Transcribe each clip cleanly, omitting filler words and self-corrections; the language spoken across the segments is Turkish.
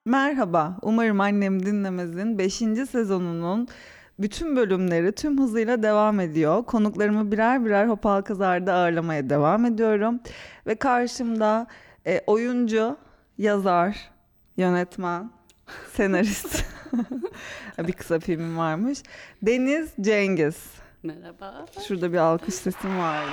Merhaba, umarım Annem Dinlemez'in 5. sezonunun bütün bölümleri tüm hızıyla devam ediyor. Konuklarımı birer birer Hopalkazar'da ağırlamaya devam ediyorum. Ve karşımda oyuncu, yazar, yönetmen, senarist, bir kısa filmim varmış. Deniz Cengiz. Merhaba. Şurada bir alkış sesim vardı.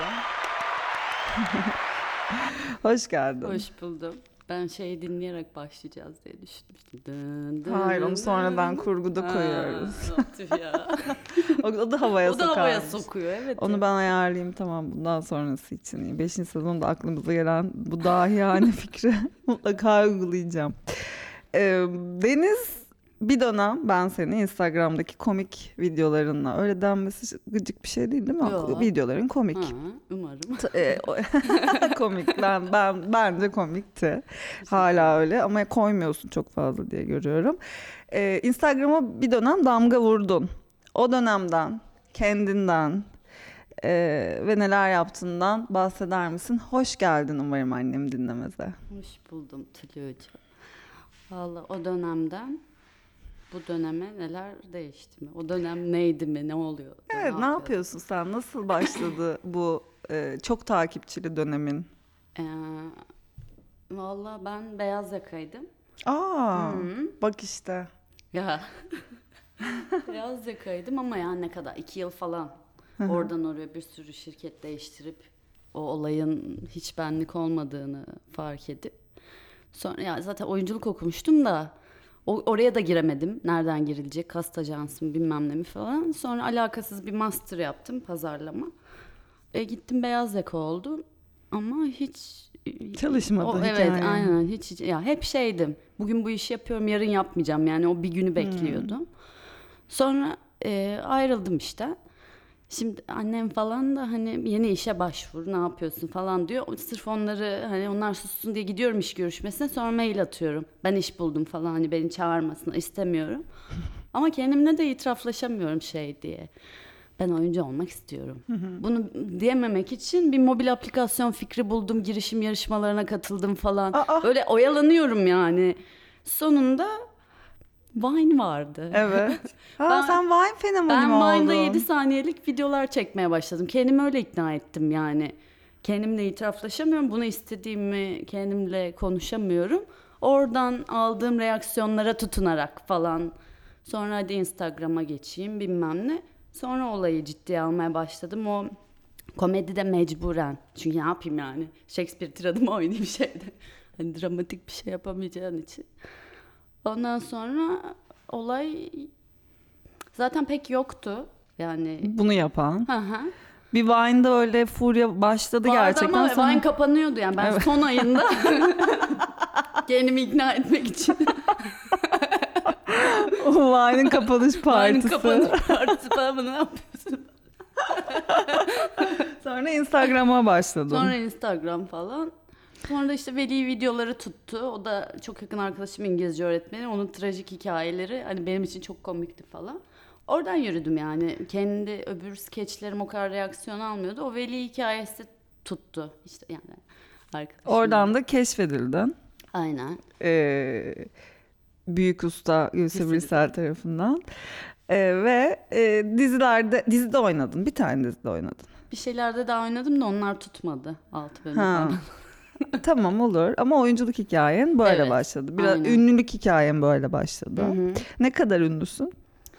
Hoş geldin. Hoş buldum. Ben şeyi dinleyerek başlayacağız diye düşünmüştüm. Dın dın Hayır, onu dın. sonradan kurguda koyuyoruz. Tüh ya. O da havaya O da havaya sokarmış. sokuyor, evet. Onu ben ayarlayayım, tamam, bundan sonrası için iyi. 5. sezonda aklımıza gelen bu dahiyane fikri mutlaka uygulayacağım. Deniz, bir dönem ben seni Instagram'daki komik videolarınla, öyle denmesi gıcık bir şey değil mi? Yo. Videoların komik. Ha, umarım. Komik. Bence komikti. Hala öyle ama koymuyorsun çok fazla diye görüyorum. Instagram'a bir dönem damga vurdun. O dönemden, kendinden ve neler yaptığından bahseder misin? Hoş geldin umarım Annem Dinlemez'e. Hoş buldum Tülücüğüm. Valla o dönemden bu döneme neler değişti mi? O dönem neydi mi? Ne oluyor? Evet, ne yapıyorsun sen? Nasıl başladı bu çok takipçili dönemin? Ee, Valla ben beyaz yakaydım. Aa, Hı. bak işte. Ya. Beyaz yakaydım ama yani ne kadar? 2 yıl falan. Oradan oraya bir sürü şirket değiştirip o olayın hiç benlik olmadığını fark edip sonra ya zaten oyunculuk okumuştum da oraya da giremedim. Nereden girilecek? Kast ajansı mı bilmem ne mi falan. Sonra alakasız bir master yaptım, pazarlama. Gittim beyaz yaka oldum ama hiç Çalışmadı evet, hikaye. aynen hiç ya hep şeydim. Bugün bu işi yapıyorum, yarın yapmayacağım. Yani o bir günü bekliyordum. Sonra ayrıldım işte. Şimdi annem falan da hani yeni işe başvur, ne yapıyorsun falan diyor. Sırf onları hani onlar sussun diye gidiyorum iş görüşmesine, sonra mail atıyorum. Ben iş buldum falan, hani beni çağırmasını istemiyorum. Ama kendimle de itiraflaşamıyorum şey diye. Ben oyuncu olmak istiyorum. Bunu diyememek için bir mobil aplikasyon fikri buldum. Girişim yarışmalarına katıldım falan. Aa. Öyle oyalanıyorum yani. Sonunda Vine vardı. Evet. Ben- Sen Vine fenomeni Ben mi Vine'da oldun? 7 saniyelik videolar çekmeye başladım. Kendimi öyle ikna ettim yani. Kendimle itiraflaşamıyorum. Bunu istediğimi kendimle konuşamıyorum. Oradan aldığım reaksiyonlara tutunarak falan. Sonra hadi Instagram'a geçeyim bilmem ne. Sonra olayı ciddiye almaya başladım. O komedide mecburen. Çünkü ne yapayım yani? Shakespeare tiradımı oynayayım şeyde. Hani dramatik bir şey yapamayacağın için. Ondan sonra olay zaten pek yoktu. Yani Bunu yapan. hı hı. Bir Vine'da öyle furya başladı Vardı gerçekten. ama Sonra... Vine kapanıyordu yani. Ben Evet. son ayında kendimi ikna etmek için O Vine'ın kapanış Vine partisi. kapanış partisi falan ne yapıyorsun? Sonra Instagram'a başladın. Sonra Instagram falan. Sonra da işte Veli videoları tuttu. O da çok yakın arkadaşım, İngilizce öğretmeni. Onun trajik hikayeleri hani benim için çok komikti falan. Oradan yürüdüm yani. Kendi öbür skeçlerim o kadar reaksiyon almıyordu. O Veli hikayesi tuttu. İşte yani arkadaşım. Oradan da keşfedildin. Aynen. Büyük usta Gülse Gülse Birsel tarafından. Dizide oynadın. Bir tane dizide oynadın. Bir şeylerde daha oynadım da onlar tutmadı. 6 bölüm Ha. falan. Tamam, olur, ama oyunculuk hikayen böyle Evet, başladı. Biraz aynen. ünlülük hikayen böyle başladı. Hı hı. Ne kadar ünlüsün?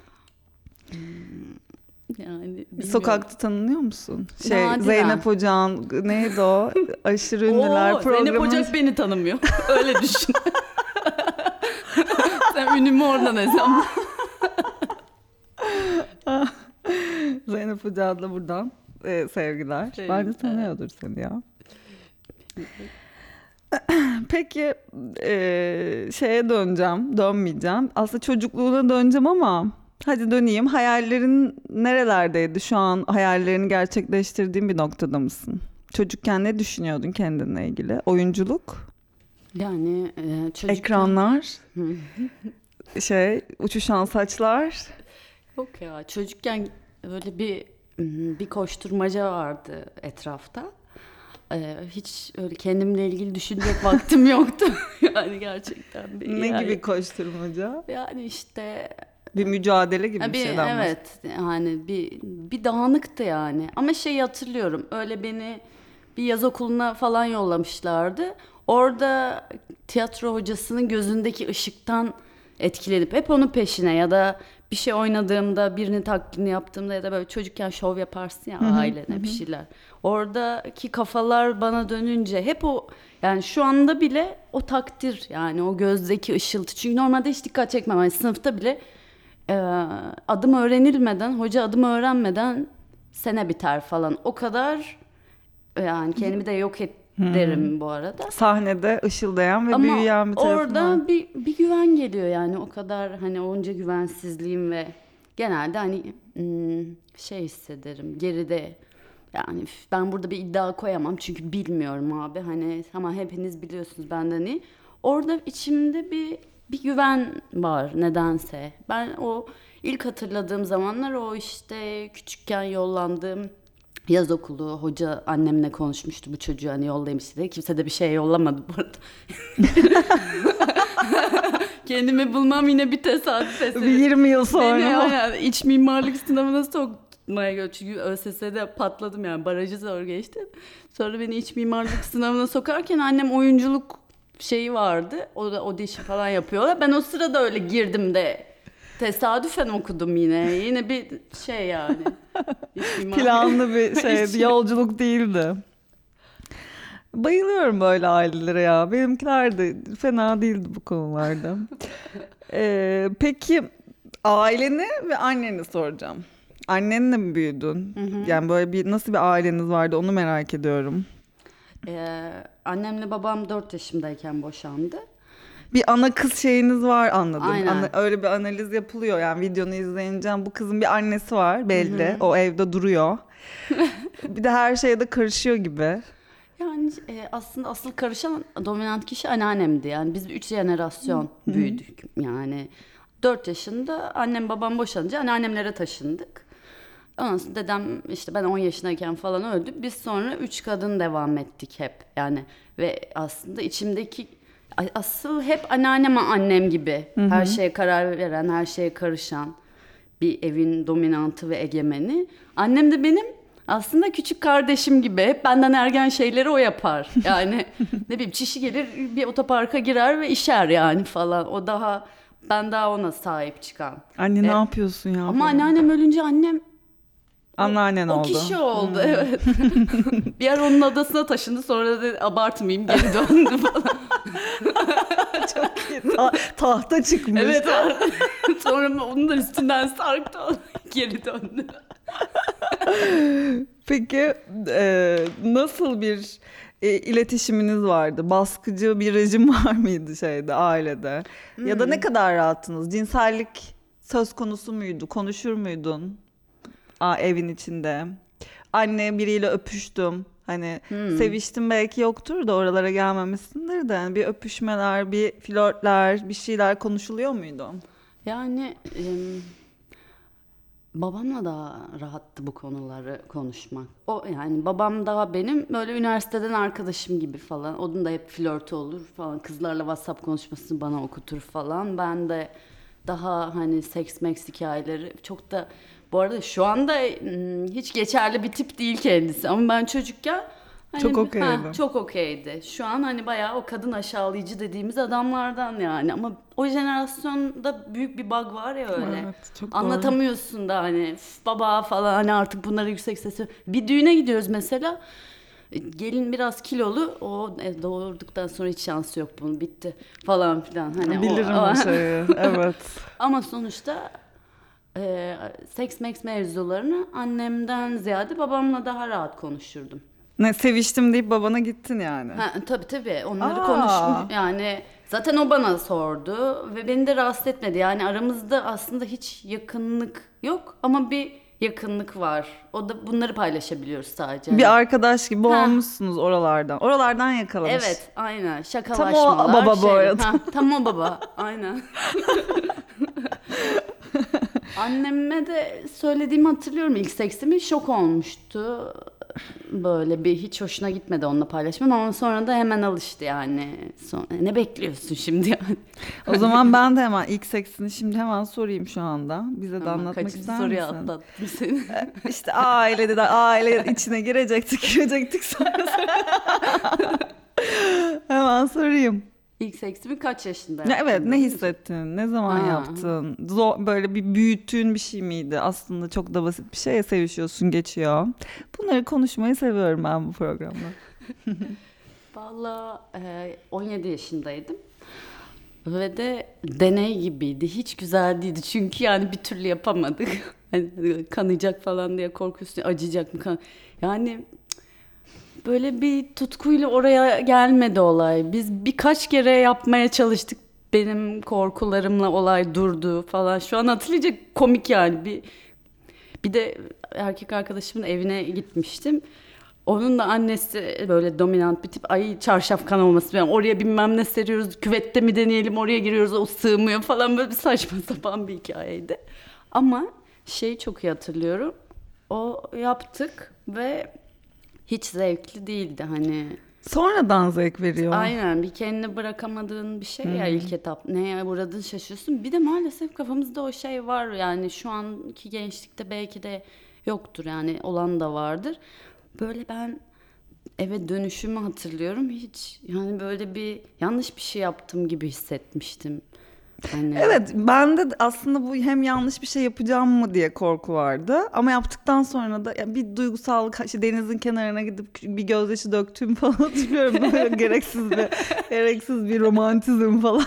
Yani bilmiyorum. Sokakta tanınıyor musun? Nadiren. Zeynep Hoca'nın neydi o? Aşırı ünlüler Oo, programı. Zeynep Ocak beni tanımıyor. Öyle düşün. Sen ünümü oradan hesapla. Zeynep Hoca'ya da buradan sevgiler. Sevgiler. Bence tanıyordur seni ya. Peki şeye dönmeyeceğim. Aslında çocukluğuna döneceğim ama hadi döneyim. Hayallerin nerelerdeydi? Şu an hayallerini gerçekleştirdiğin bir noktada mısın? Çocukken ne düşünüyordun kendinle ilgili? Oyunculuk, Yani çocukken... ekranlar, uçuşan saçlar. Yok ya, çocukken böyle bir koşturmaca vardı etrafta. hiç öyle kendimle ilgili düşünecek vaktim yoktu. Yani gerçekten. Ne yani, gibi koşturmaca? Yani işte Bir mücadele gibi bir şeyden bahsediyorsun. evet yani bir dağınıktı yani. Ama şeyi hatırlıyorum. Öyle beni bir yaz okuluna falan yollamışlardı. Orada tiyatro hocasının gözündeki ışıktan etkilenip hep onun peşine ya da bir şey oynadığımda birinin taklidini yaptığımda ya da böyle çocukken şov yaparsın ya ailene bir şeyler. Oradaki kafalar bana dönünce hep o yani şu anda bile o takdir yani o gözdeki ışıltı. Çünkü normalde hiç dikkat çekmem. Yani sınıfta bile adım öğrenilmeden, hoca adım öğrenmeden sene biter falan. O kadar yani kendimi de yok derim bu arada. Sahnede ışıldayan ve Ama büyüyen bir tarafı var. orada bir güven geliyor yani o kadar hani onca güvensizliğim ve genelde hani şey hissederim geride yani ben burada bir iddia koyamam çünkü bilmiyorum abi hani ama hepiniz biliyorsunuz benden iyi. Orada içimde bir güven var nedense. Ben o ilk hatırladığım zamanlar o işte küçükken yollandığım yaz okulu hoca annemle konuşmuştu bu çocuğu hani yollaymış diye. Kimse de bir şey yollamadı bu arada. Kendimi bulmam yine bir tesadüf eseri. Bir 20 yıl sonra. Beni yani iç mimarlık sınavına sokmaya götürdü. Çünkü ÖSS'de patladım yani barajı zor geçtim. Sonra beni iç mimarlık sınavına sokarken annem oyunculuk şeyi vardı. O da audition falan yapıyorlar. Ben o sırada öyle girdim de tesadüfen okudum yine. Yine bir şey yani. Planlı bir Hiç- yolculuk değildi. Bayılıyorum böyle ailelere ya. Benimkiler de fena değildi bu konularda. Peki aileni ve anneni soracağım. Annenle mi büyüdün? Yani böyle nasıl bir aileniz vardı onu merak ediyorum. Annemle babam 4 yaşımdayken boşandı. Bir ana kız şeyiniz var anladım. Aynen. Öyle bir analiz yapılıyor yani videonu izleyince bu kızın bir annesi var belli. O evde duruyor. Bir de her şeye de karışıyor gibi. Yani aslında asıl karışan dominant kişi anneannemdi. Yani biz 3 jenerasyon büyüdük. Yani 4 yaşında annem babam boşanınca anneannemlere taşındık. Ondan sonra dedem işte ben 10 yaşındayken falan öldü. Biz sonra 3 kadın devam ettik hep. Yani ve aslında içimdeki asıl hep annem gibi. Her şeye karar veren, her şeye karışan bir evin dominantı ve egemeni. Annem de benim aslında küçük kardeşim gibi. Hep benden ergen şeyleri o yapar. Yani ne bileyim çişi gelir bir otoparka girer ve işer yani falan. Ben daha ona sahip çıkan. Anne ne yapıyorsun ya? Ama falan. anneannem ölünce annem Anneannen o oldu. kişi oldu evet. Bir ara onun adasına taşındı sonra da abartmayayım geri döndü falan. Tahta çıkmış. Evet sonra onun da üstünden sarktı geri döndü. Peki nasıl bir iletişiminiz vardı? Baskıcı bir rejim var mıydı ailede? Ya da ne kadar rahattınız? Cinsellik söz konusu muydu? Konuşur muydun? Evin içinde. Anne biriyle öpüştüm. Hani seviştim belki yoktur da oralara gelmemişsindir de. Yani bir öpüşmeler, bir flörtler, bir şeyler konuşuluyor muydu? Yani babamla da rahattı bu konuları konuşmak. O yani babam daha benim böyle üniversiteden arkadaşım gibi falan. Onun da hep flörtü olur falan. Kızlarla WhatsApp konuşmasını bana okutur falan. Ben de daha hani seks meks hikayeleri çok da bu arada şu anda hiç geçerli bir tip değil kendisi. Ama ben çocukken hani, Çok okeydi. çok okeydi. Şu an hani bayağı o kadın aşağılayıcı dediğimiz adamlardan yani. Ama o jenerasyonda büyük bir bug var ya öyle. Evet, çok doğru. Anlatamıyorsun da hani baba falan hani artık bunları yüksek sesle. Bir düğüne gidiyoruz mesela. Gelin biraz kilolu. O doğurduktan sonra hiç şansı yok bunun. Bitti falan filan. Hani Bilirim o şeyi. Evet. Ama sonuçta seks meks mevzularını annemden ziyade babamla daha rahat konuşurdum. Ne seviştim deyip babana gittin yani. Tabii onları konuşmuş yani zaten o bana sordu ve beni de rahatsız etmedi. Yani aramızda aslında hiç yakınlık yok ama bir yakınlık var. O da bunları paylaşabiliyoruz sadece. Bir arkadaş gibi olmuşsunuz oralardan. Oralardan yakalamış. Evet aynen şakalaşmalar. Tam o baba bu arada. Tam o baba aynen. Anneme de söylediğimi hatırlıyorum ilk seksimi şok olmuştu. böyle bir hiç hoşuna gitmedi onunla paylaşmam ama sonra da hemen alıştı yani. Sonra, ne bekliyorsun şimdi yani? O zaman ben de hemen ilk seksini şimdi hemen sorayım şu anda. Bize de Ama anlatmak kaçıncı ister soruyu misin? atlattım seni. İşte aile içine girecektik sonra. Hemen sorayım. İlk seksimi kaç yaşında Ya yaptın? evet, ne biliyor musun? hissettin? Ne zaman Ha. yaptın? Böyle bir büyüttüğün bir şey miydi? Aslında çok da basit bir şey, sevişiyorsun, geçiyor. Bunları konuşmayı seviyorum ben bu programda. Vallahi 17 yaşındaydım. Ve de deney gibiydi. Hiç güzel değildi. Çünkü yani bir türlü yapamadık. Hani kanayacak falan diye korkuyorsun. Acıyacak mı? Yani böyle bir tutkuyla oraya gelmedi olay. Biz birkaç kere yapmaya çalıştık. Benim korkularımla olay durdu falan. Şu an hatırlayınca komik yani. Bir de erkek arkadaşımın evine gitmiştim. Onun da annesi böyle dominant bir tip. Ay çarşaf kan olması. Yani oraya bilmem ne seriyoruz. Küvette mi deneyelim, oraya giriyoruz, o sığmıyor falan, böyle bir saçma sapan bir hikayeydi. Ama şeyi çok iyi hatırlıyorum. O yaptık ve hiç zevkli değildi hani. Sonradan zevk veriyor. Aynen, bir kendini bırakamadığın bir şey ya ilk etap. Neye uğradığını şaşıyorsun. Bir de maalesef kafamızda o şey var yani, şu anki gençlikte belki de yoktur yani, olan da vardır. Böyle ben eve dönüşümü hatırlıyorum, hiç yani böyle bir yanlış bir şey yaptım gibi hissetmiştim. Hani... Evet, bende de aslında bu hem yanlış bir şey yapacağım mı diye korku vardı. Ama yaptıktan sonra da ya bir duygusallık, işte denizin kenarına gidip bir gözyaşı döktüğüm falan hatırlıyorum. Böyle gereksiz bir romantizm falan.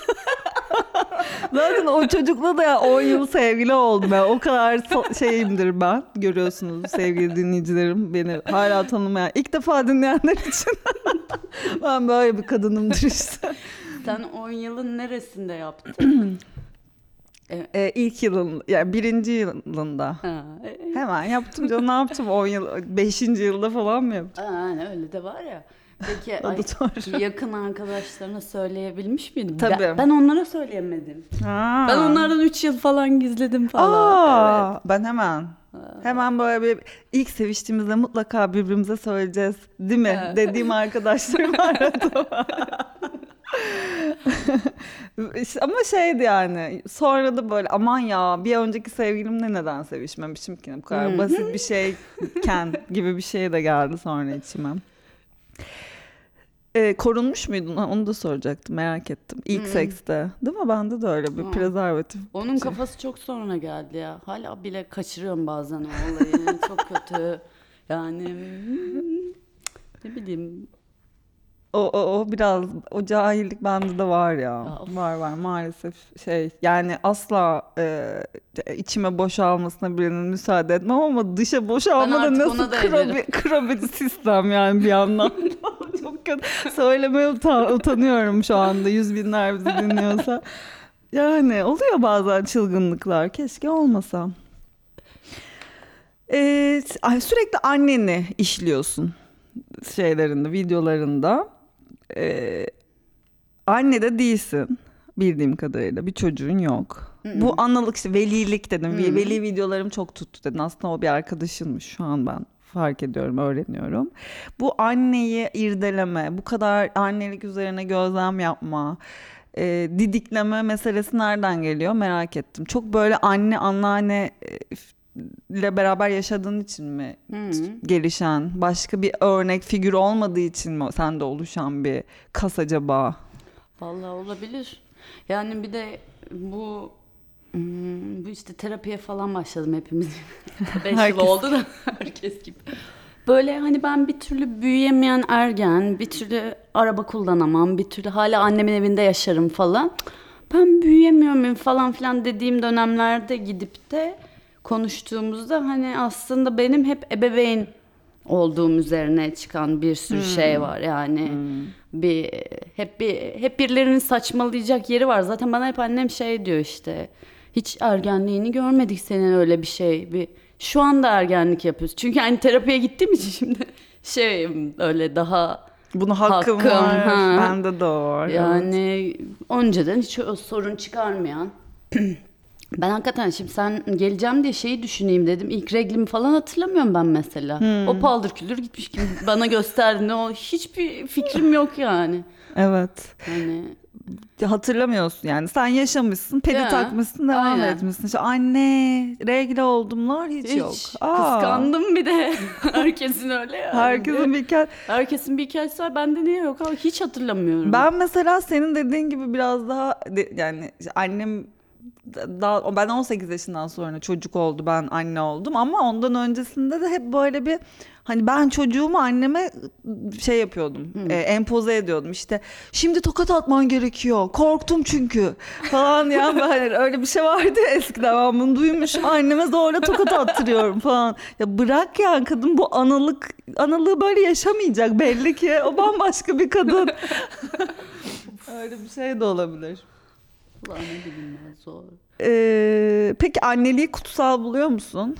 Zaten o çocukla da ya 10 yıl sevgili oldum. Yani o kadar şeyimdir ben. Görüyorsunuz sevgili dinleyicilerim, beni hala tanımayan, ilk defa dinleyenler için. Ben böyle bir kadınımdır işte. Sen 10 yılın neresinde yaptın? İlk yılın, yani birinci yılında. Ha, Hemen yaptım canım, ne yaptım 10 yıl, 5. yılda falan mı yaptım? öyle de var ya. Peki O da doğru. yakın arkadaşlarına söyleyebilmiş miydin? Tabii. Ben onlara söyleyemedim. Ha. Ben onlardan 3 yıl falan gizledim falan. Evet. Ben hemen böyle bir ilk seviştiğimizde mutlaka birbirimize söyleyeceğiz değil mi? Evet. Dediğim arkadaşlarım aradı. Ama şeydi yani, sonra da böyle aman ya, bir önceki sevgilimle neden sevişmemişim ki, bu kadar basit bir şeyken gibi bir şey de geldi sonra içime. Korunmuş muydun? Onu da soracaktım, merak ettim. İlk sekste değil mi? Bende de öyle bir prezervatif. Onun kafası çok sonra geldi ya. Hala bile kaçırıyorum bazen o olayı. Çok kötü. Yani ne bileyim. O biraz, o cahillik bende de var ya. Var maalesef, yani asla içime boşalmasına birinin müsaade etmem ama dışa boşalma da artık nasıl ona da ederim. kro bir sistem yani bir yandan. Çok kötü. Söylemeye utanıyorum şu anda, 100 binler bizi dinliyorsa. Yani oluyor bazen çılgınlıklar, keşke olmasa. Sürekli anneni işliyorsun şeylerinde, videolarında. Anne de değilsin bildiğim kadarıyla, bir çocuğun yok. Bu analık, işte velilik dedim. Veli videolarım çok tuttu dedin. Aslında o bir arkadaşınmış, şu an ben fark ediyorum, öğreniyorum. Bu anneyi irdeleme, bu kadar annelik üzerine gözlem yapma, didikleme meselesi nereden geliyor merak ettim. Çok böyle anneanne ile beraber yaşadığın için mi gelişen, başka bir örnek figür olmadığı için mi sende oluşan bir kas acaba? Vallahi olabilir. Yani bir de bu işte terapiye falan başladım hepimiz. 5 yıl oldu da herkes gibi. Böyle hani ben bir türlü büyüyemeyen ergen, bir türlü araba kullanamam, bir türlü hala annemin evinde yaşarım falan. Ben büyüyemiyor muyum falan filan dediğim dönemlerde gidip de konuştuğumuzda hani aslında benim hep ebeveyn olduğum üzerine çıkan bir sürü şey var yani. Hep birilerinin saçmalayacak yeri var. Zaten bana hep annem şey diyor işte. Hiç ergenliğini görmedik senin, öyle bir şey. Şu anda ergenlik yapıyorsun. Çünkü hani terapiye gittiğim için şimdi öyle daha Buna hakkım var. Ha. Bende de var. Yani önceden hiç o sorun çıkarmayan Ben hakikaten şimdi sen geleceğim diye şeyi düşüneyim dedim. İlk reglimi falan hatırlamıyorum ben mesela. O paldır küldür gitmiş gibi bana gösterdin. O hiçbir fikrim yok yani. Evet. Hani Hatırlamıyorsun yani. Sen yaşamışsın, pedi Ya, takmışsın, devam aynen. etmişsin. İşte anne, regle oldumlar hiç yok. Kıskandım bir de. Herkesin öyle yani. Herkesin bir kere. Herkesin bir hikayesi var. Bende niye yok? Ama hiç hatırlamıyorum. Ben mesela senin dediğin gibi biraz daha yani işte annem daha, ben 18 yaşından sonra çocuk oldu, ben anne oldum ama ondan öncesinde de hep böyle bir hani ben çocuğumu anneme şey yapıyordum, empoze ediyordum işte, şimdi tokat atman gerekiyor, korktum çünkü falan ya, ben öyle bir şey vardı ya eskiden, ben bunu duymuşum, anneme zorla tokat attırıyorum falan. Ya bırak ya, kadın bu analığı böyle yaşamayacak belli ki, o bambaşka bir kadın. Öyle bir şey de olabilir. Ulan ne bileyim ben, zor. Peki anneliği kutsal buluyor musun?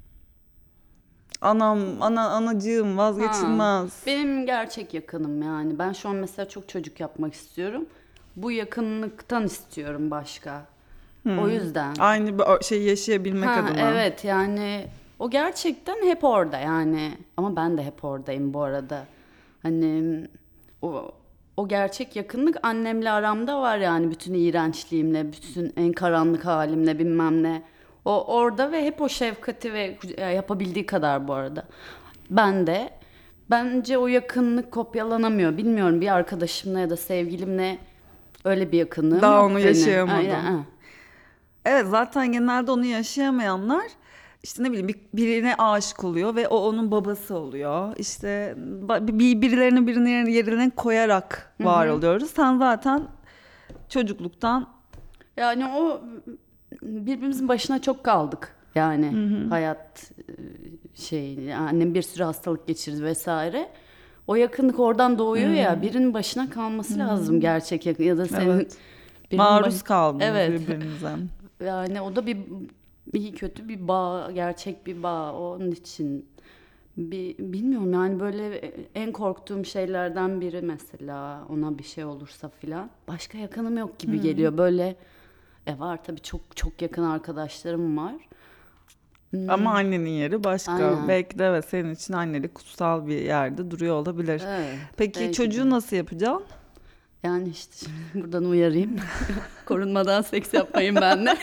Anacığım vazgeçilmez. Benim gerçek yakınım yani. Ben şu an mesela çok çocuk yapmak istiyorum. Bu yakınlıktan istiyorum başka. O yüzden. Aynı bir şey yaşayabilmek adına. Evet yani o gerçekten hep orada yani. Ama ben de hep oradayım bu arada. Hani o gerçek yakınlık annemle aramda var yani, bütün iğrençliğimle, bütün en karanlık halimle bilmem ne. O orada ve hep o şefkati ve yapabildiği kadar bu arada. Ben de bence o yakınlık kopyalanamıyor. Bilmiyorum, bir arkadaşımla ya da sevgilimle öyle bir yakınlığım Daha yok onu benim. yaşayamadın. Aynen. Evet, zaten genelde onu yaşayamayanlar işte ne bileyim birine aşık oluyor ve o onun babası oluyor. İşte birilerini birinin yerine koyarak var oluyoruz. Sen zaten çocukluktan Yani o birbirimizin başına çok kaldık. Yani hayat şey, annem bir sürü hastalık geçirdi vesaire. O yakınlık oradan doğuyor ya, birinin başına kalması lazım gerçek yakın, ya da senin evet, birinin maruz kaldınız Evet. birbirinize. Yani o da bir iyi kötü bir bağ, gerçek bir bağ. Onun için bilmiyorum yani, böyle en korktuğum şeylerden biri mesela, ona bir şey olursa filan. Başka yakınım yok gibi geliyor böyle. Var tabii, çok çok yakın arkadaşlarım var. Ama annenin yeri başka. Aynen. Belki de evet, senin için annelik kutsal bir yerde duruyor olabilir. Evet, Peki belki çocuğu de. nasıl yapacaksın? Yani işte şimdi buradan uyarayım. Korunmadan seks yapmayın benimle.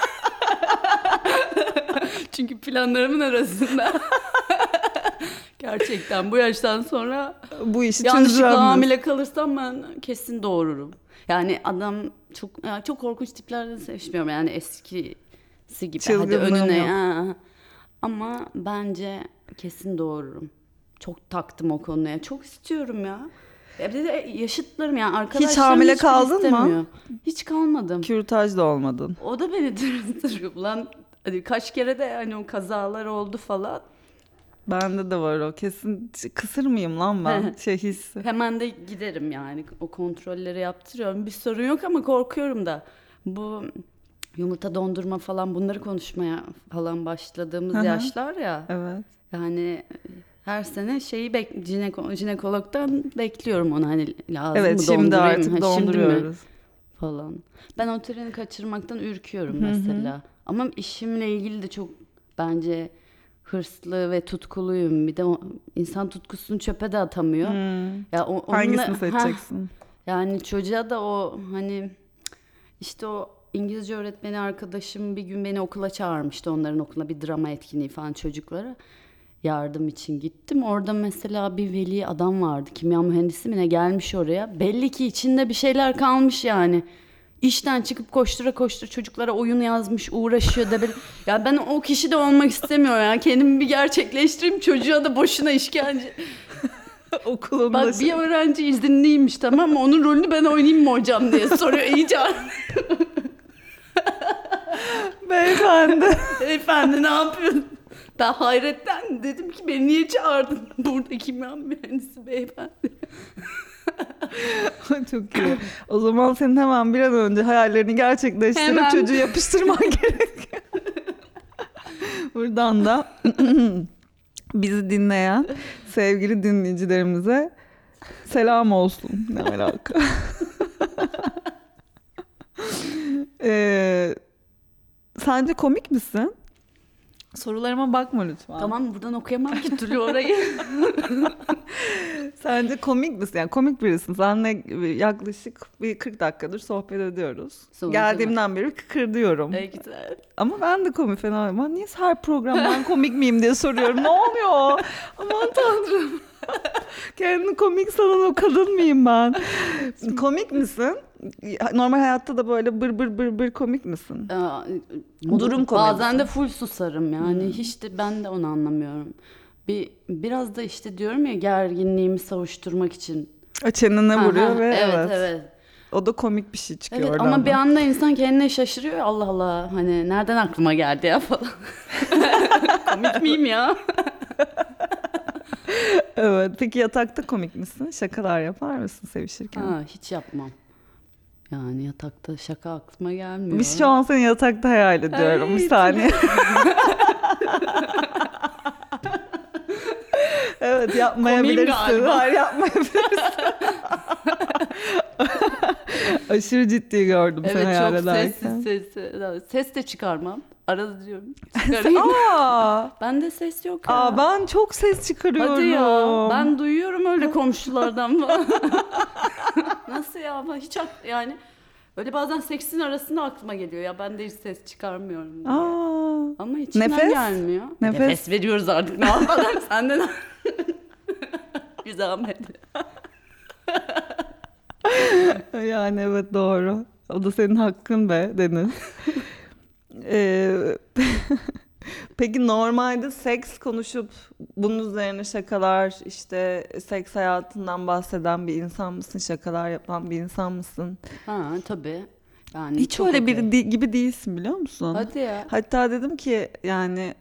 Çünkü planlarımın arasında. Gerçekten bu yaştan sonra Bu işi yanlışlıkla çözeceğim. hamile kalırsam ben kesin doğururum. Yani adam çok korkunç tiplerden sevişmiyorum yani, eskisi gibi. Hadi Çılgınlığım önüne. yok. Ama bence kesin doğururum. Çok taktım o konuya. Çok istiyorum ya. Bir de yaşıtlarım yani, arkadaşlarım hamile hiçbiri kaldın mı? istemiyor. Hiç kalmadım. Kürtaj da olmadın. O da beni dürüstürüyor. Ulan hani kaç kere de hani o kazalar oldu falan. Bende de var o. Kesin kısır mıyım lan ben? Hissi. Hemen de giderim yani. O kontrolleri yaptırıyorum. Bir sorun yok ama korkuyorum da. Bu yumurta dondurma falan, bunları konuşmaya falan başladığımız Hı hı. yaşlar ya. Evet. Yani her sene şeyi jinekologdan bekliyorum onu, hani lazım Evet, mı, şimdi dondurayım artık mı, şimdi mi donduruyoruz. falan. Ben o treni kaçırmaktan ürküyorum mesela. Ama işimle ilgili de çok bence hırslı ve tutkuluyum. Bir de insan tutkusunu çöpe de atamıyor. Ya Hangisini seçeceksin? yani çocuğa da o hani, işte o İngilizce öğretmeni arkadaşım bir gün beni okula çağırmıştı. Onların okuluna bir drama etkinliği falan, çocuklara yardım için gittim. Orada mesela bir veli adam vardı. Kimya mühendisi mi ne, gelmiş oraya. Belli ki içinde bir şeyler kalmış yani. İşten çıkıp koştura koştura çocuklara oyun yazmış, uğraşıyor da böyle. Ya ben o kişi de olmak istemiyorum yani. Kendimi bir gerçekleştireyim, çocuğa da boşuna işkence. Okulunda Bak bir öğrenci izinliymiş, tamam mı? Onun rolünü ben oynayayım mı hocam diye soruyor. İyice. Beyefendi. Efendi ne yapıyorsun? Ben hayretten dedim ki, beni niye çağırdın? Burada kimya mühendisi beyefendi. Çok iyi. O zaman senin hemen bir an önce hayallerini gerçekleştirip Hemen. çocuğu yapıştırman gerekiyor. Buradan da bizi dinleyen sevgili dinleyicilerimize selam olsun. Ne alaka? Sence komik misin? Sorularıma bakma lütfen. Tamam, buradan okuyamam ki türlü orayı. Sence komik misin? Yani komik birisin. Seninle yaklaşık bir 40 dakikadır sohbet ediyoruz. Sonuç Geldiğimden beri kıkırdıyorum. Güzel. Ama ben de komik fena. Ben niye her program ben komik miyim diye soruyorum. Ne oluyor? Aman tanrım. Kendini komik sanan o kadın mıyım ben? Komik misin? Normal hayatta da böyle bır bır bır bır komik misin? Durum komedisi. Bazen de full susarım yani. Hiç de ben de onu anlamıyorum. Biraz da işte diyorum ya, gerginliğimi savuşturmak için. Çenene vuruyor ve evet. O da komik bir şey çıkıyor Evet, oradan ama da. bir anda insan kendine şaşırıyor. Allah Allah, hani nereden aklıma geldi ya falan. Komik miyim ya? Evet. Peki yatakta komik misin? Şakalar yapar mısın sevişirken? Hiç yapmam. Yani yatakta şaka aklıma gelmiyor. Biz şu an seni yatakta hayal ediyorum. Bir saniye. Evet, yapmayabilirsin. Hayır, yapmayabilirsin. Aşırı ciddi gördüm seni hayal ederken. Ses de çıkarmam. Arada diyorum. Çıkarayım. Bende ses yok ya. Ben çok ses çıkarıyorum. Hadi ya. Ben duyuyorum öyle komşulardan falan. Nasıl ya? Ama hiç yani öyle bazen seksin arasında aklıma geliyor ya, ben de hiç ses çıkarmıyorum diye. Ama içinden Nefes? gelmiyor. Nefes veriyoruz artık, ne yapalım senden. Bir zahmet. Yani evet, doğru. O da senin hakkın be Deniz. Peki normalde seks konuşup bunun üzerine şakalar, işte seks hayatından bahseden bir insan mısın? Şakalar yapan bir insan mısın? Tabii. Yani Hiç çok öyle okey. biri gibi değilsin, biliyor musun? Hadi ya. Hatta dedim ki yani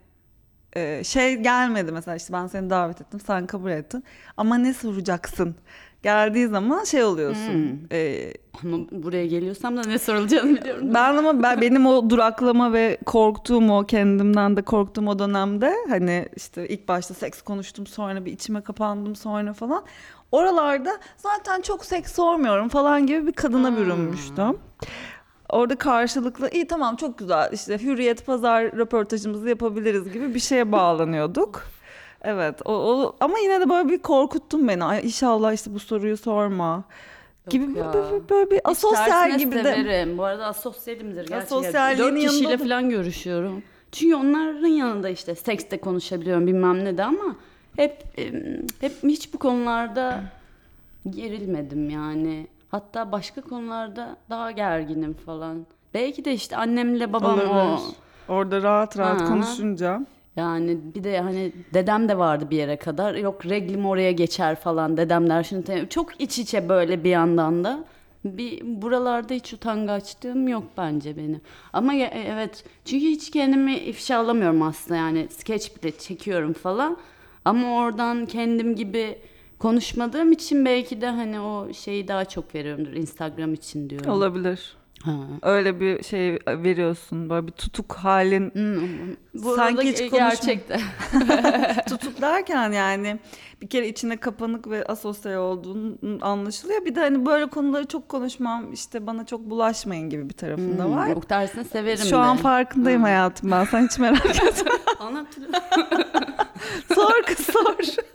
şey gelmedi mesela, işte ben seni davet ettim, sen kabul ettin. Ama ne soracaksın? Geldiği zaman şey oluyorsun. Ama buraya geliyorsam da ne sorulacağını biliyorum. Benim o duraklama ve korktuğum, o kendimden de korktuğum o dönemde, hani işte ilk başta seks konuştum, sonra bir içime kapandım, sonra falan. Oralarda zaten çok seks sormuyorum falan gibi bir kadına bürünmüştüm. Orada karşılıklı iyi, tamam, çok güzel, işte Hürriyet Pazar röportajımızı yapabiliriz gibi bir şeye bağlanıyorduk. Evet, ama yine de böyle bir korkuttun beni. Ay, İnşallah işte bu soruyu sorma gibi böyle bir asosyal gibi de. Severim. Bu arada asosyalimdir gerçekten. Asosyalliğin 4 kişiyle yanında da- falan görüşüyorum. Çünkü onların yanında işte sekste konuşabiliyorum bilmem ne de, ama hep hiç bu konularda gerilmedim yani. Hatta başka konularda daha gerginim falan. Belki de işte annemle babam Olabilir. Orada rahat Ha. konuşunca. Yani bir de hani dedem de vardı bir yere kadar. Yok, reglim oraya geçer falan, dedem der şimdi. Çok iç içe böyle bir yandan da. Buralarda hiç utangaçlığım yok bence benim. Ama evet, çünkü hiç kendimi ifşalamıyorum aslında, yani skeç bile çekiyorum falan. Ama oradan kendim gibi konuşmadığım için belki de hani o şeyi daha çok veriyorumdur Instagram için diyorum. Olabilir. Ha. Öyle bir şey veriyorsun. Böyle bir tutuk halin. Bu Sanki arada hiç konuşma. gerçekten. Tutuk derken yani bir kere içine kapanık ve asosyal olduğun anlaşılıyor. Bir de hani böyle konuları çok konuşmam, işte bana çok bulaşmayın gibi bir tarafında var. Yok, tersine severim de. Şu an farkındayım hayatım ben. Sen hiç merak etme. Anlat. Sor kız, sor.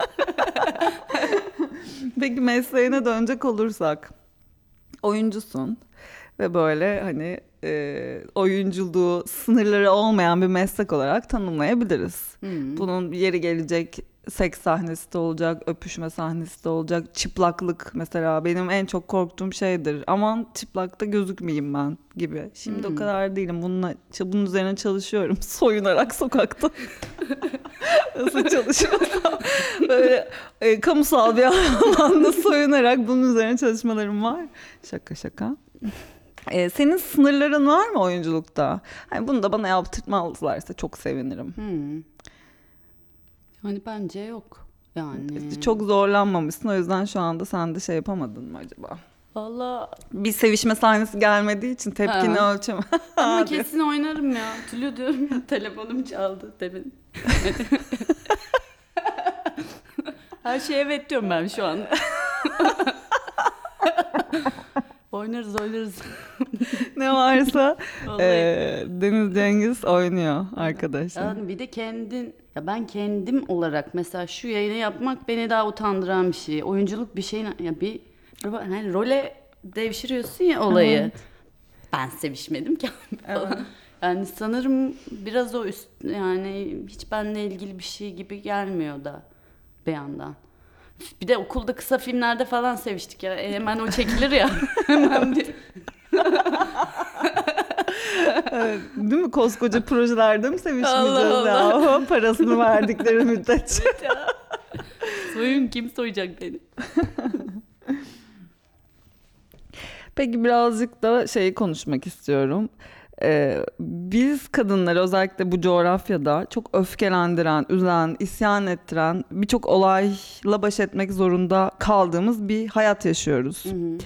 Peki mesleğine dönecek olursak. Oyuncusun. Ve böyle hani oyunculuğu sınırları olmayan bir meslek olarak tanımlayabiliriz. Bunun yeri gelecek seks sahnesi de olacak, öpüşme sahnesi de olacak, çıplaklık mesela benim en çok korktuğum şeydir. Aman çıplakta gözükmeyeyim ben gibi. Şimdi o kadar değilim. Bunun üzerine çalışıyorum. Soyunarak sokakta. Nasıl çalışıyorsam böyle kamusal bir alanda soyunarak bunun üzerine çalışmalarım var. Şaka şaka. Senin sınırların var mı oyunculukta? Hani bunu da bana yaptırmazlarsa çok sevinirim. Hani bence yok. Yani. Çok zorlanmamışsın, o yüzden şu anda sen de şey yapamadın mı acaba? Valla. Bir sevişme sahnesi gelmediği için tepkini ölçemem. Ama kesin oynarım ya. Tülü diyorum ya, telefonum çaldı demin. Her şeye evet diyorum ben şu an. Oynarız. Ne varsa Vallahi. Deniz Cengiz oynuyor arkadaşlar. Yani bir de ya ben kendim olarak mesela şu yayını yapmak beni daha utandıran bir şey. Oyunculuk bir şeyin ya bir hani role devşiriyorsun ya olayı. Evet. Ben sevişmedim ki. Evet. Yani sanırım biraz o yani hiç benimle ilgili bir şey gibi gelmiyor da bir yandan. Bir de okulda kısa filmlerde falan seviştik ya. Hemen o çekilir ya. Hemen bir Evet, değil mi? Koskoca projelerde mi sevişmeyeceğiz Allah ya? O parasını verdikleri müddetçe. soyun kim soyacak beni? Peki birazcık da şeyi konuşmak istiyorum. Biz kadınlar özellikle bu coğrafyada çok öfkelendiren, üzen, isyan ettiren birçok olayla baş etmek zorunda kaldığımız bir hayat yaşıyoruz.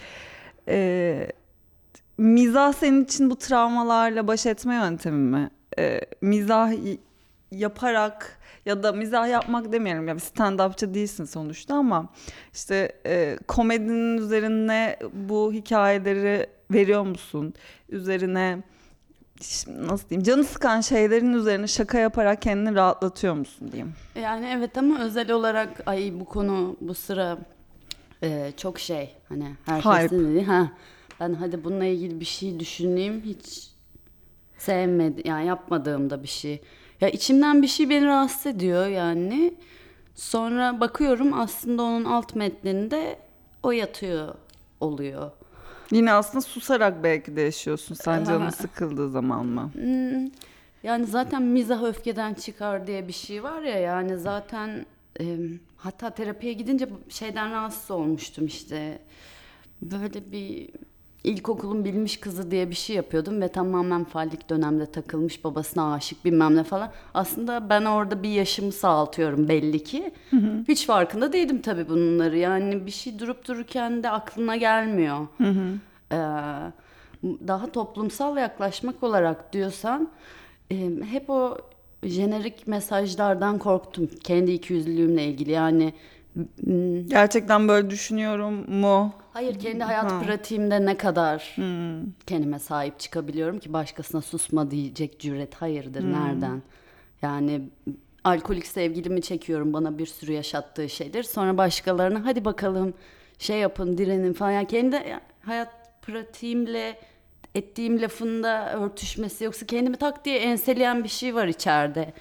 Ee, Mizah senin için bu travmalarla baş etme yöntemi mi? Mizah yaparak ya da mizah yapmak demeyelim ya, bir stand-upçı değilsin sonuçta ama işte komedinin üzerine bu hikayeleri veriyor musun? Üzerine nasıl diyeyim, canı sıkan şeylerin üzerine şaka yaparak kendini rahatlatıyor musun diyeyim. Yani evet ama özel olarak bu konu bu sıra çok hani herkesin dediği ben hadi bununla ilgili bir şey düşüneyim hiç sevmedim yani yapmadığım da bir şey. Ya içimden bir şey beni rahatsız ediyor yani. Sonra bakıyorum aslında onun alt metninde o yatıyor oluyor. Yine aslında susarak belki de yaşıyorsun sen canın sıkıldığı zaman mı? Yani zaten mizah öfkeden çıkar diye bir şey var ya yani zaten hatta terapiye gidince şeyden rahatsız olmuştum işte. Böyle bir ilkokulun bilmiş kızı diye bir şey yapıyordum ve tamamen fallik dönemde takılmış babasına aşık bilmem ne falan. Aslında ben orada bir yaşımı sağaltıyorum belli ki. Hiç farkında değildim tabii bunları. Yani bir şey durup dururken de aklına gelmiyor. Ee, Daha toplumsal yaklaşmak olarak diyorsan hep o jenerik mesajlardan korktum. Kendi ikiyüzlülüğümle ilgili yani. Gerçekten böyle düşünüyorum mu? Hayır kendi hayat pratiğimde ne kadar kendime sahip çıkabiliyorum ki başkasına susma diyecek cüret hayırdır nereden? Yani alkolik sevgilimi çekiyorum bana bir sürü yaşattığı şeyler. Sonra başkalarına hadi bakalım şey yapın direnin falan. Yani kendi hayat pratiğimle ettiğim lafın da örtüşmesi yoksa kendimi tak diye enseleyen bir şey var içeride.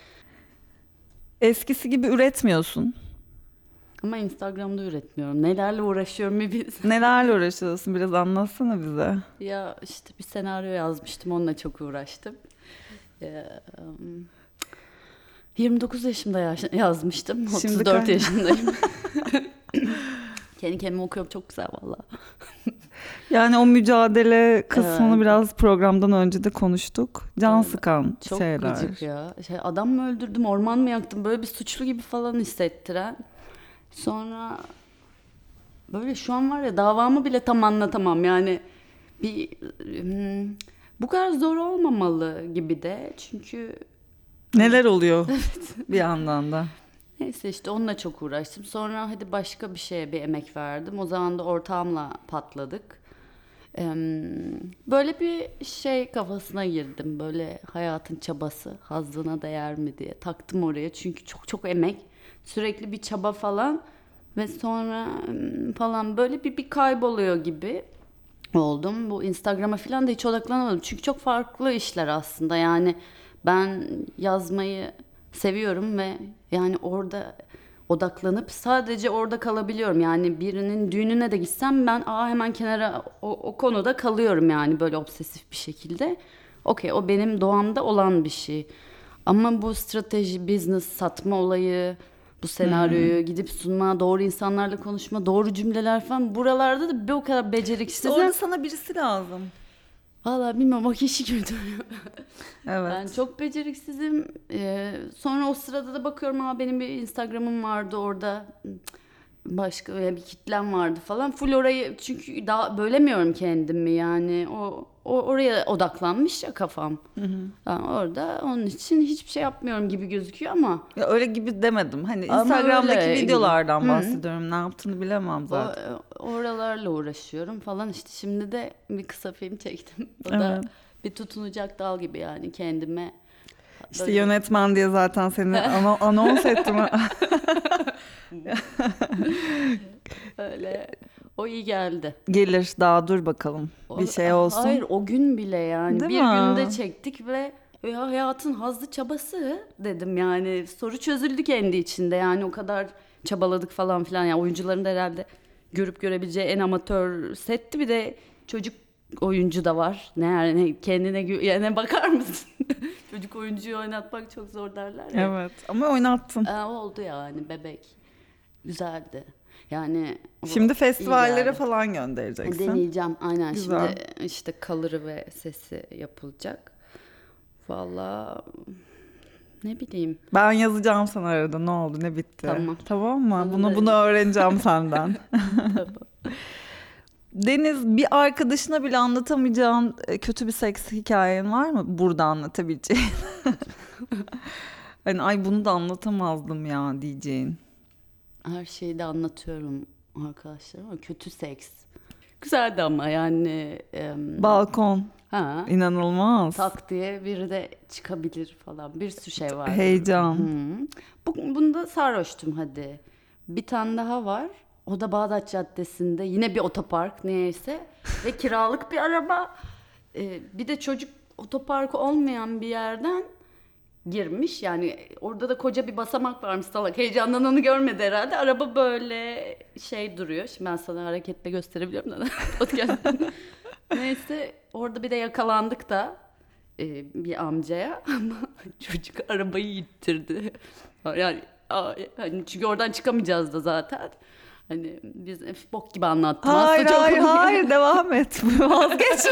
Eskisi gibi üretmiyorsun. Ama Instagram'da üretmiyorum. Nelerle uğraşıyorum bir biz. Nelerle uğraşıyorsun? Biraz anlatsana bize. Ya işte bir senaryo yazmıştım. Onunla çok uğraştım. 29 yaşımda yazmıştım. Şimdi 34 yaşındayım. Kendi kendime okuyorum. Çok güzel valla. Yani o mücadele kısmını Evet. biraz programdan önce de konuştuk. Can sıkan Çok şeyler. gıcık ya. Adam mı öldürdüm, orman mı yaktım? Böyle bir suçlu gibi falan hissettiren. Sonra böyle şu an var ya davamı bile tam anlatamam. Yani bir bu kadar zor olmamalı gibi de. Çünkü Neler oluyor bir yandan da. neyse işte onunla çok uğraştım. Sonra hadi başka bir şeye bir emek verdim. O zaman da ortağımla patladık. Böyle bir şey kafasına girdim. Böyle hayatın çabası, hazzına değer mi diye taktım oraya. Çünkü çok çok emek, sürekli bir çaba falan ve sonra falan böyle bir kayboluyor gibi oldum. Bu Instagram'a falan da hiç odaklanamadım. Çünkü çok farklı işler aslında. Yani ben yazmayı seviyorum ve yani orada odaklanıp sadece orada kalabiliyorum. Yani birinin düğününe de gitsem ben hemen kenara o konuda kalıyorum yani böyle obsesif bir şekilde. Okey o benim doğamda olan bir şey. Ama bu strateji, business, satma olayı, bu senaryoyu gidip sunma, doğru insanlarla konuşma, doğru cümleler falan buralarda da bir o kadar beceriksizim. Orada sana birisi lazım. Vallahi bilmiyorum o kişi kötü. Evet. Ben çok beceriksizim. Sonra o sırada da bakıyorum benim bir Instagram'ım vardı orada. Başka bir kitlem vardı falan. Full orayı çünkü daha bölemiyorum kendimi yani. oraya odaklanmış ya kafam. Ben orada onun için hiçbir şey yapmıyorum gibi gözüküyor ama Ya öyle gibi demedim. Hani Ama Instagram'daki öyle gibi. videolardan bahsediyorum. Ne yaptığını bilemem zaten. oralarla uğraşıyorum falan işte. Şimdi de bir kısa film çektim. O da Evet. bir tutunacak dal gibi yani kendime. İşte Böyle- yönetmen diye zaten seni anons ettim. Öyle o iyi geldi. Gelir, daha dur bakalım. Bir şey olsun. Hayır o gün bile yani Değil bir mi? günde çektik ve ya hayatın hazzı çabası dedim yani soru çözüldü kendi içinde yani o kadar çabaladık falan filan yani oyuncuların da herhalde görüp görebileceği en amatör setti bir de çocuk oyuncu da var. Ne yani kendine yani bakar mısın? Çocuk oyuncuyu oynatmak çok zor derler ya. Evet ama oynattın. Oldu yani bebek. Güzeldi. Yani Şimdi iyi festivallere geldi. falan göndereceksin. Deneyeceğim aynen Güzel. şimdi işte color'ı ve sesi yapılacak. Vallahi ne bileyim. Ben yazacağım sana arada ne oldu ne bitti. Tamam. Tamam mı? Bana Bunu da- bunu öğreneceğim senden. Tamam. Deniz, bir arkadaşına bile anlatamayacağın kötü bir seks hikayen var mı? Burada anlatabileceğin. Hani ay bunu da anlatamazdım ya diyeceğin. Her şeyi de anlatıyorum arkadaşlarıma. Kötü seks. Güzeldi ama yani Balkon. ha İnanılmaz. tak diye biri de çıkabilir falan. Bir sürü şey var. Heyecan. Bunda sarhoştum hadi. Bir tane daha var. O da Bağdat Caddesi'nde. Yine bir otopark niyeyse. Ve kiralık bir araba. Bir de çocuk otoparkı olmayan bir yerden girmiş. Yani orada da koca bir basamak varmış salak. Heyecanlananı görmedi herhalde. Araba böyle şey duruyor. Şimdi ben sana hareketle gösterebiliyorum da podcast'ta. Neyse orada bir de yakalandık da bir amcaya ama çocuk arabayı ittirdi. Yani hani çünkü oradan çıkamayacağız da zaten. Hani biz bok gibi anlattım. Hayır Aslında çok hayır hayır devam et. Vazgeçme.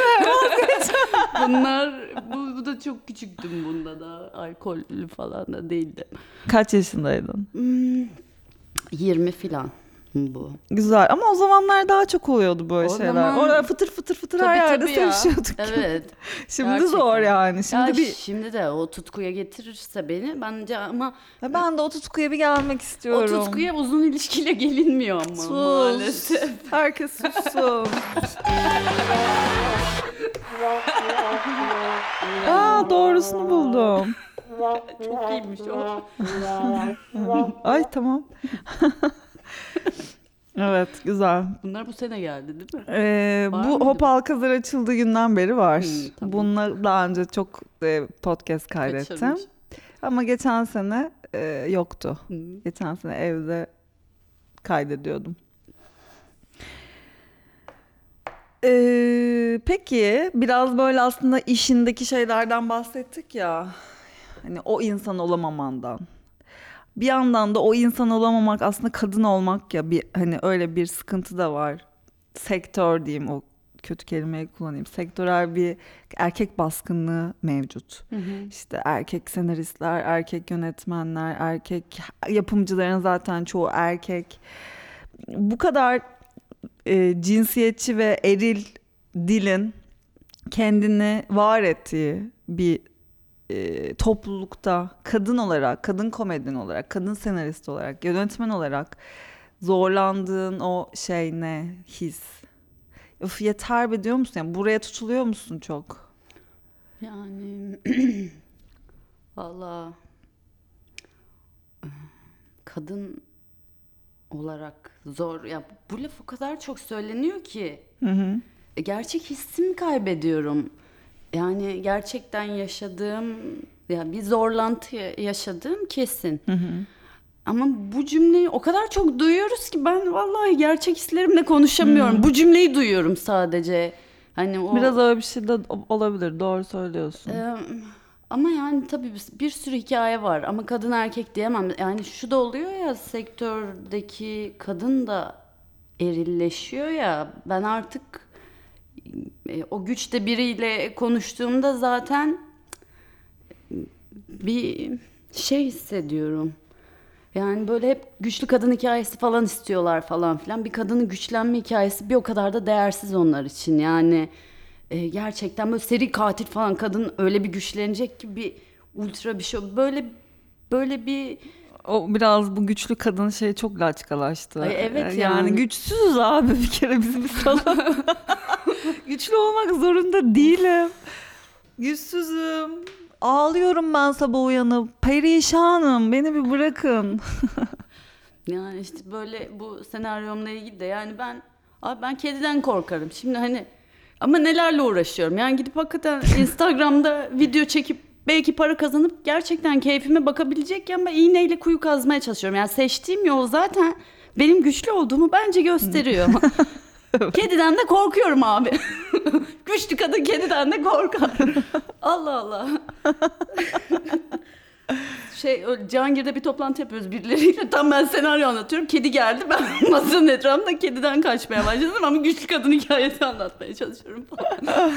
bu da çok küçüktüm bunda da. Alkollü falan da değildim. Kaç yaşındaydın? 20 filan bu. Güzel ama o zamanlar daha çok oluyordu böyle O şeyler. zaman- Orada fıtır fıtır fıtır her Tabii, yerde tabii ya. sevişiyorduk. Evet. Şimdi Gerçekten. zor yani. Şimdi Ya bir şimdi de o tutkuya getirirse beni bence ama ben de o tutkuya bir gelmek o istiyorum. tutkuya uzun ilişkiyle gelinmiyor ama Sus. maalesef. Herkes sussun. Doğrusunu buldum. Çok iyiymiş o. Ay tamam. Evet güzel. Bunlar bu sene geldi değil mi? Bu Var mıydı? Hop Alkazar açıldığı günden beri var. Tamam. Bununla daha önce çok podcast kaydettim. Kaçırmış. Ama geçen sene yoktu. Hı. Geçen sene evde kaydediyordum. Peki biraz böyle aslında işindeki şeylerden bahsettik ya. Hani o insan olamamandan. Bir yandan da o insan olamamak aslında kadın olmak ya bir hani öyle bir sıkıntı da var. Sektör diyeyim o kötü kelimeyi kullanayım. Sektörel bir erkek baskınlığı mevcut. İşte erkek senaristler, erkek yönetmenler, erkek yapımcıların zaten çoğu erkek. Bu kadar cinsiyetçi ve eril dilin kendini var ettiği bir toplulukta kadın olarak, kadın komedyen olarak, kadın senarist olarak, yönetmen olarak zorlandığın o şey ne? His. Of yeter be diyor musun? Yani buraya tutuluyor musun çok? Yani valla kadın olarak zor ya bu laf o kadar çok söyleniyor ki gerçek hissimi kaybediyorum. Yani gerçekten yaşadığım ya bir zorlantı yaşadığım kesin. Ama bu cümleyi o kadar çok duyuyoruz ki ben vallahi gerçek hislerimle konuşamıyorum. Bu cümleyi duyuyorum sadece. Hani o Biraz öyle bir şey de olabilir. Doğru söylüyorsun. ama yani tabii bir sürü hikaye var ama kadın erkek diyemem. Yani şu da oluyor ya sektördeki kadın da erilleşiyor ya ben artık o güçte biriyle konuştuğumda zaten bir şey hissediyorum. Yani böyle hep güçlü kadın hikayesi falan istiyorlar falan filan. Bir kadının güçlenme hikayesi bir o kadar da değersiz onlar için. Yani gerçekten böyle seri katil falan kadın öyle bir güçlenecek ki bir ultra bir şey böyle bir O biraz bu güçlü kadın şey çok laçkalaştı. Ay, evet Yani yani. güçsüzüz abi, bir kere bizi bir salın. Güçlü olmak zorunda değilim. Güçsüzüm. Ağlıyorum ben sabah uyanıp. Perişanım. Beni bir bırakın. yani işte böyle bu senaryomla ilgili de yani ben kediden korkarım. Şimdi hani ama nelerle uğraşıyorum. Yani gidip hakikaten Instagram'da video çekip belki para kazanıp gerçekten keyfime bakabilecekken ben iğneyle kuyu kazmaya çalışıyorum. Yani seçtiğim yol zaten benim güçlü olduğumu bence gösteriyor. Kediden de korkuyorum abi. Güçlü kadın kediden de korkar. Allah Allah. Cihangir'de bir toplantı yapıyoruz birileriyle. Tam ben senaryo anlatıyorum. Kedi geldi. Ben masanın etrafında kediden kaçmaya başladım ama güçlü kadın hikayesi anlatmaya çalışıyorum falan.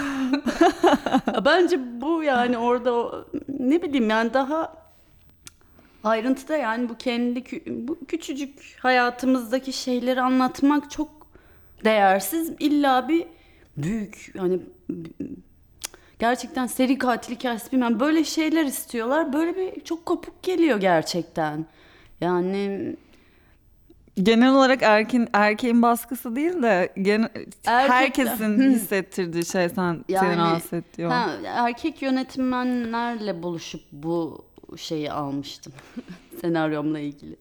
Bence bu yani orada ne bileyim yani daha ayrıntıda yani bu küçücük hayatımızdaki şeyleri anlatmak çok değersiz. İlla bir büyük hani gerçekten seri katil hikayesi bilmem böyle şeyler istiyorlar. Böyle bir çok kopuk geliyor gerçekten. Yani Genel olarak erkeğin baskısı değil de herkesin hissettirdiği şey seni rahatsız ediyor. Erkek yönetmenlerle buluşup bu şeyi almıştım senaryomla ilgili.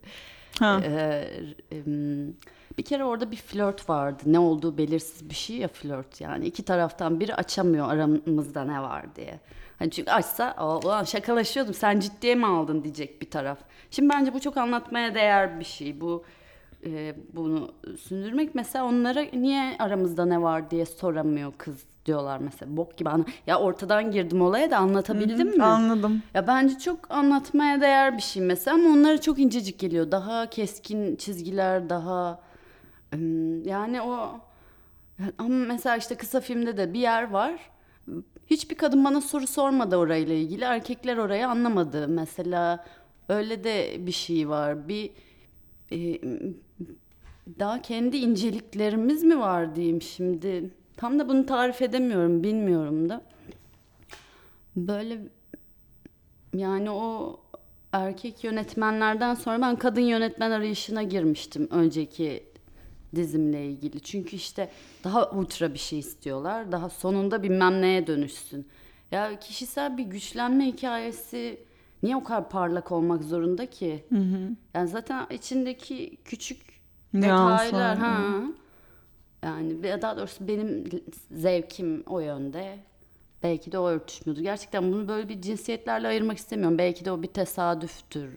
Bir kere orada bir flört vardı. Ne olduğu belirsiz bir şey ya flört yani. İki taraftan biri açamıyor aramızda ne var diye. Hani çünkü açsa ulan şakalaşıyordum sen ciddiye mi aldın diyecek bir taraf. Şimdi bence bu çok anlatmaya değer bir şey. Bunu sündürmek mesela onlara niye aramızda ne var diye soramıyor kız diyorlar mesela. Bok gibi ya ortadan girdim olaya da anlatabildim mi? Anladım. Ya bence çok anlatmaya değer bir şey mesela ama onlara çok incecik geliyor. Daha keskin çizgiler daha yani ama mesela işte kısa filmde de bir yer var. Hiçbir kadın bana soru sormadı orayla ilgili. Erkekler orayı anlamadı. Mesela öyle de bir şey var. E, Daha kendi inceliklerimiz mi var diyeyim şimdi. Tam da bunu tarif edemiyorum, bilmiyorum da. Böyle yani o erkek yönetmenlerden sonra ben kadın yönetmen arayışına girmiştim önceki dizimle ilgili. Çünkü işte daha ultra bir şey istiyorlar. Daha sonunda bilmem neye dönüşsün. Ya kişisel bir güçlenme hikayesi niye o kadar parlak olmak zorunda ki? Yani zaten içindeki küçük detaylar yani daha doğrusu benim zevkim o yönde. Belki de o örtüşmüyordur. Gerçekten bunu böyle bir cinsiyetlerle ayırmak istemiyorum. Belki de o bir tesadüftür.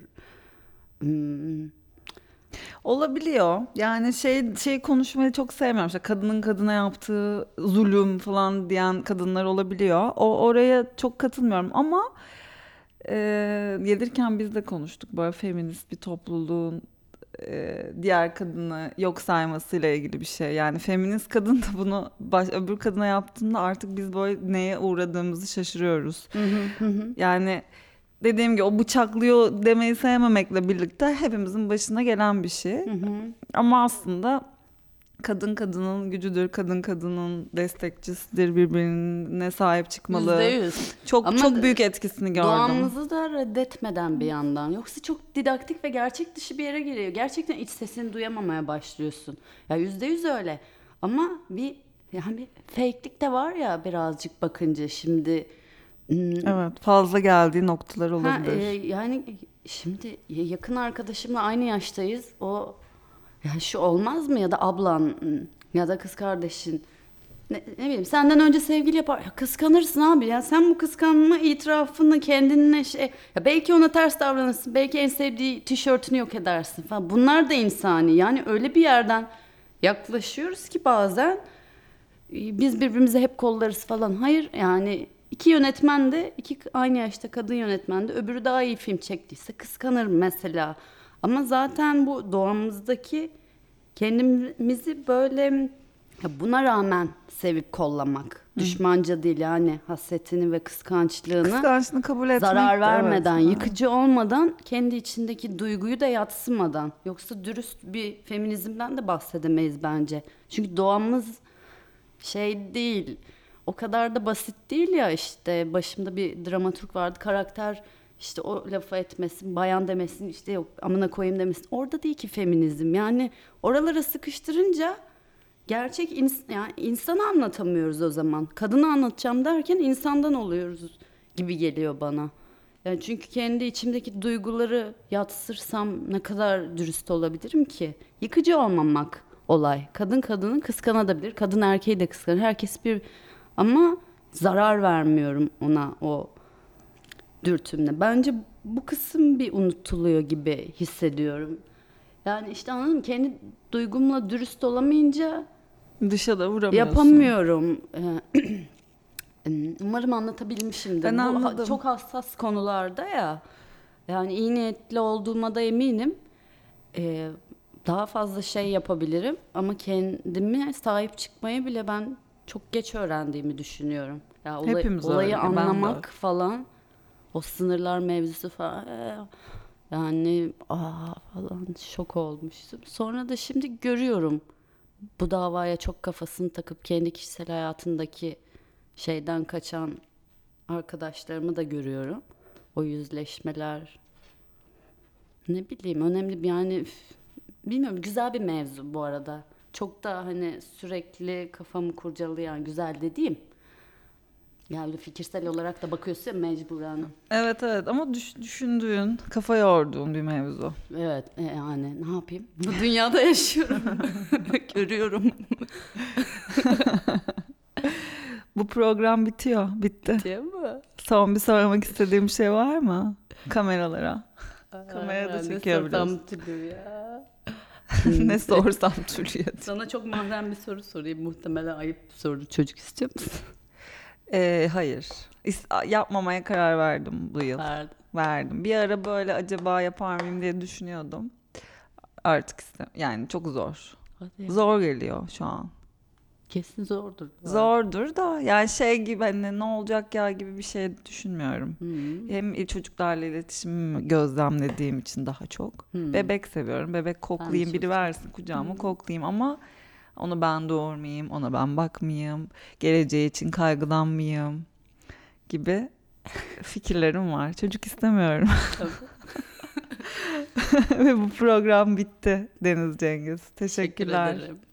Olabiliyor. Yani şey konuşmayı çok sevmiyorum. İşte kadının kadına yaptığı zulüm falan diyen kadınlar olabiliyor. Oraya çok katılmıyorum ama gelirken biz de konuştuk. Böyle feminist bir topluluğun diğer kadını yok saymasıyla ilgili bir şey. Yani feminist kadın da bunu öbür kadına yaptığında artık biz böyle neye uğradığımızı şaşırıyoruz. Yani dediğim gibi o bıçaklıyor demeyi sevmemekle birlikte hepimizin başına gelen bir şey. Ama aslında kadın kadının gücüdür, kadın kadının destekçisidir, birbirine sahip çıkmalı. %100. Çok Ama çok büyük etkisini gördüm. doğamızı da reddetmeden bir yandan. Yoksa çok didaktik ve gerçek dışı bir yere geliyor. Gerçekten iç sesini duyamamaya başlıyorsun. Ya %100 öyle. Ama yani fake'lik de var ya birazcık bakınca şimdi. Evet, fazla geldiği noktalar olabilir. Yani şimdi yakın arkadaşımla aynı yaştayız. Ya şu olmaz mı ya da ablan ya da kız kardeşin ne bileyim senden önce sevgili yapar. Ya kıskanırsın abi ya sen bu kıskanma itirafını kendine ya belki ona ters davranırsın. Belki en sevdiği tişörtünü yok edersin falan. Bunlar da insani. Yani öyle bir yerden yaklaşıyoruz ki bazen biz birbirimize hep kollarız falan. Hayır yani iki yönetmen de aynı yaşta kadın yönetmen de öbürü daha iyi film çektiyse kıskanır mesela. Ama zaten bu doğamızdaki kendimizi böyle buna rağmen sevip kollamak. Düşmanca değil yani hasretini ve Kıskançlığını kabul etmek. zarar vermeden, evet. yıkıcı olmadan, kendi içindeki duyguyu da yadsımadan. Yoksa dürüst bir feminizmden de bahsedemeyiz bence. Çünkü doğamız şey değil. o kadar da basit değil ya, işte başımda bir dramaturg vardı, karakter işte o lafı etmesin, bayan demesin, işte yok amına koyayım demesin. Orada değil ki feminizm. Yani oralara sıkıştırınca gerçek yani insanı anlatamıyoruz o zaman. Kadını anlatacağım derken insandan oluyoruz gibi geliyor bana. Yani çünkü kendi içimdeki duyguları yatsırsam ne kadar dürüst olabilirim ki? Yıkıcı olmamak olay. Kadın kadını kıskanabilir, kadın erkeği de kıskanır. Herkes bir, ama zarar vermiyorum ona o dürtümle. Bence bu kısım bir unutuluyor gibi hissediyorum. Yani işte anladın mı? Kendi duygumla dürüst olamayınca Dışa da vuramıyorsun. yapamıyorum. Umarım anlatabilmişimdir. Ben Bu anladım. çok hassas konularda ya. Yani iyi niyetli olduğuma da eminim. Daha fazla şey yapabilirim ama kendime sahip çıkmayı bile ben çok geç öğrendiğimi düşünüyorum. Ya Hepimiz olayı öyle, ben de anlamak öyle. falan, o sınırlar mevzusu falan. Yani falan şok olmuştum. Sonra da şimdi görüyorum. Bu davaya çok kafasını takıp kendi kişisel hayatındaki şeyden kaçan arkadaşlarımı da görüyorum. O yüzleşmeler, ne bileyim, önemli bir, yani bilmiyorum, güzel bir mevzu bu arada. Çok da hani sürekli kafamı kurcalayan, güzel dediğim. Yani fikirsel olarak da bakıyorsun ya, mecburen. Evet ama düşündüğün, kafa yorduğun bir mevzu. Evet, yani ne yapayım? Bu dünyada yaşıyorum. Görüyorum. Bu program bitiyor. Bitti. Değil mi? Son bir sormak istediğim şey var mı? Kameralara. Kamera da çekiyor biraz. Ya. Ne sorsam Türkiye. Sana çok mahrem bir soru sorayım. Muhtemelen ayıp bir soru. Çocuk istiyor musun? Hayır. Yapmamaya karar verdim bu yıl. Verdim. Verdim. Bir ara böyle acaba yapar mıyım diye düşünüyordum. Artık yani çok zor. Hadi ya. Zor geliyor şu an. Kesin zordur. Zordur da yani şey gibi, hani ne olacak ya gibi bir şey düşünmüyorum. Hı. Hem çocuklarla iletişimimi gözlemlediğim için daha çok. Hı. Bebek seviyorum. Bebek koklayayım, biri çocuk- versin kucağıma koklayayım ama onu ben doğurmayayım, ona ben bakmayayım, geleceği için kaygılanmayayım gibi fikirlerim var. Çocuk istemiyorum. Ve bu program bitti Deniz Cengiz. Teşekkür Teşekkürler. ederim.